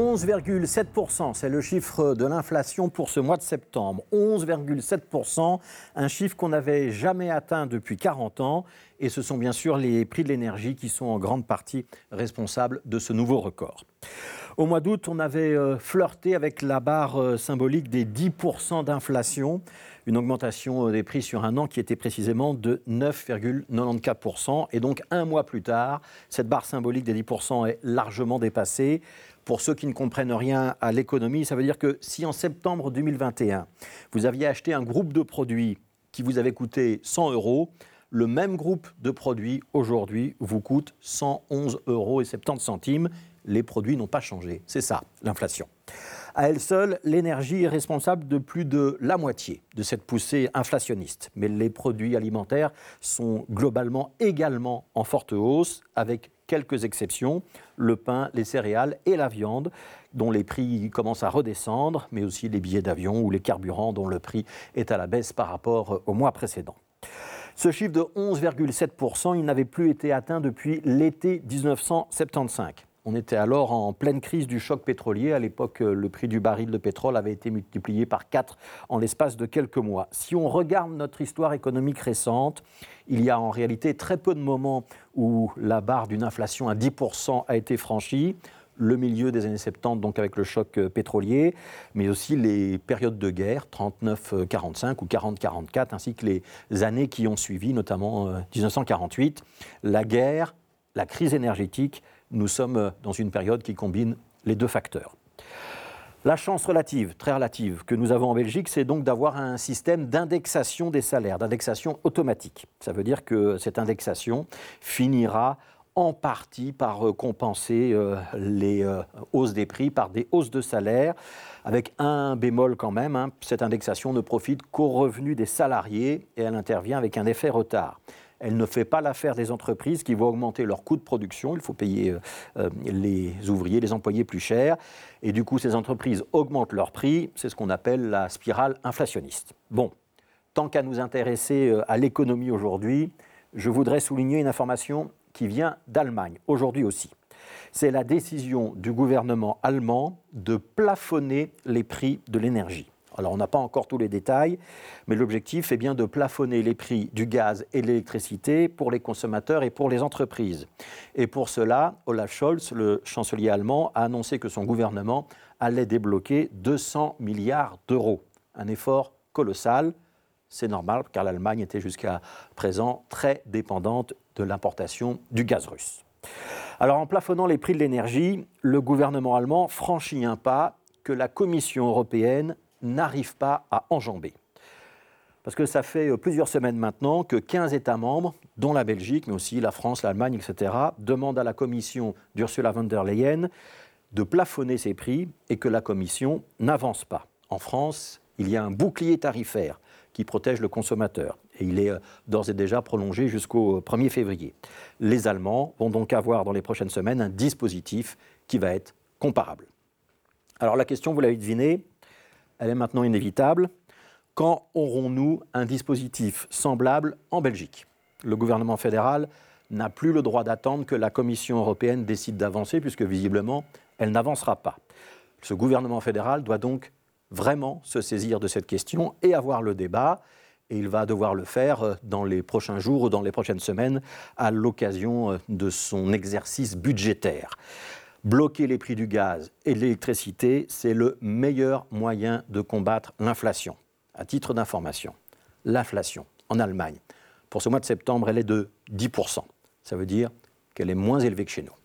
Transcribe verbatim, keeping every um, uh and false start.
onze virgule sept pour cent, c'est le chiffre de l'inflation pour ce mois de septembre. onze virgule sept pour cent, un chiffre qu'on n'avait jamais atteint depuis quarante ans. Et ce sont bien sûr les prix de l'énergie qui sont en grande partie responsables de ce nouveau record. Au mois d'août, on avait flirté avec la barre symbolique des dix pour cent d'inflation, une augmentation des prix sur un an qui était précisément de neuf virgule quatre-vingt-quinze pour cent. Et donc un mois plus tard, cette barre symbolique des dix pour cent est largement dépassée. Pour ceux qui ne comprennent rien à l'économie, ça veut dire que si en septembre deux mille vingt et un, vous aviez acheté un groupe de produits qui vous avait coûté cent euros, le même groupe de produits aujourd'hui vous coûte cent onze euros et soixante-dix centimes. Les produits n'ont pas changé. C'est ça, l'inflation. À elle seule, l'énergie est responsable de plus de la moitié de cette poussée inflationniste. Mais les produits alimentaires sont globalement également en forte hausse, avec quelques exceptions, le pain, les céréales et la viande, dont les prix commencent à redescendre, mais aussi les billets d'avion ou les carburants dont le prix est à la baisse par rapport au mois précédent. Ce chiffre de onze virgule sept pour cent, il n'avait plus été atteint depuis l'été dix-neuf cent soixante-quinze. On était alors en pleine crise du choc pétrolier. À l'époque, le prix du baril de pétrole avait été multiplié par quatre en l'espace de quelques mois. Si on regarde notre histoire économique récente, il y a en réalité très peu de moments où la barre d'une inflation à dix pour cent a été franchie. Le milieu des années soixante-dix, donc avec le choc pétrolier, mais aussi les périodes de guerre, trente-neuf quarante-cinq ou quarante quarante-quatre, ainsi que les années qui ont suivi, notamment dix-neuf cent quarante-huit. La guerre, la crise énergétique, nous sommes dans une période qui combine les deux facteurs. La chance relative, très relative, que nous avons en Belgique, c'est donc d'avoir un système d'indexation des salaires, d'indexation automatique. Ça veut dire que cette indexation finira en partie par compenser euh, les euh, hausses des prix par des hausses de salaire, avec un bémol quand même, hein, cette indexation ne profite qu'aux revenus des salariés et elle intervient avec un effet retard. Elle ne fait pas l'affaire des entreprises qui vont augmenter leurs coûts de production, il faut payer euh, les ouvriers, les employés plus cher, et du coup ces entreprises augmentent leurs prix, c'est ce qu'on appelle la spirale inflationniste. Bon, tant qu'à nous intéresser à l'économie aujourd'hui, je voudrais souligner une information qui vient d'Allemagne, aujourd'hui aussi. C'est la décision du gouvernement allemand de plafonner les prix de l'énergie. Alors on n'a pas encore tous les détails, mais l'objectif est bien de plafonner les prix du gaz et de l'électricité pour les consommateurs et pour les entreprises. Et pour cela, Olaf Scholz, le chancelier allemand, a annoncé que son gouvernement allait débloquer deux cents milliards d'euros. Un effort colossal. C'est normal, car l'Allemagne était jusqu'à présent très dépendante de l'importation du gaz russe. Alors, en plafonnant les prix de l'énergie, le gouvernement allemand franchit un pas que la Commission européenne n'arrive pas à enjamber. Parce que ça fait plusieurs semaines maintenant que quinze États membres, dont la Belgique, mais aussi la France, l'Allemagne, et cetera, demandent à la Commission d'Ursula von der Leyen de plafonner ces prix et que la Commission n'avance pas. En France, il y a un bouclier tarifaire qui protège le consommateur. Et il est d'ores et déjà prolongé jusqu'au premier février. Les Allemands vont donc avoir dans les prochaines semaines un dispositif qui va être comparable. Alors la question, vous l'avez deviné, elle est maintenant inévitable. Quand aurons-nous un dispositif semblable en Belgique ? Le gouvernement fédéral n'a plus le droit d'attendre que la Commission européenne décide d'avancer, puisque visiblement, elle n'avancera pas. Ce gouvernement fédéral doit donc vraiment se saisir de cette question et avoir le débat. Et il va devoir le faire dans les prochains jours ou dans les prochaines semaines à l'occasion de son exercice budgétaire. Bloquer les prix du gaz et de l'électricité, c'est le meilleur moyen de combattre l'inflation. À titre d'information, l'inflation en Allemagne, pour ce mois de septembre, elle est de dix pour cent. Ça veut dire qu'elle est moins élevée que chez nous.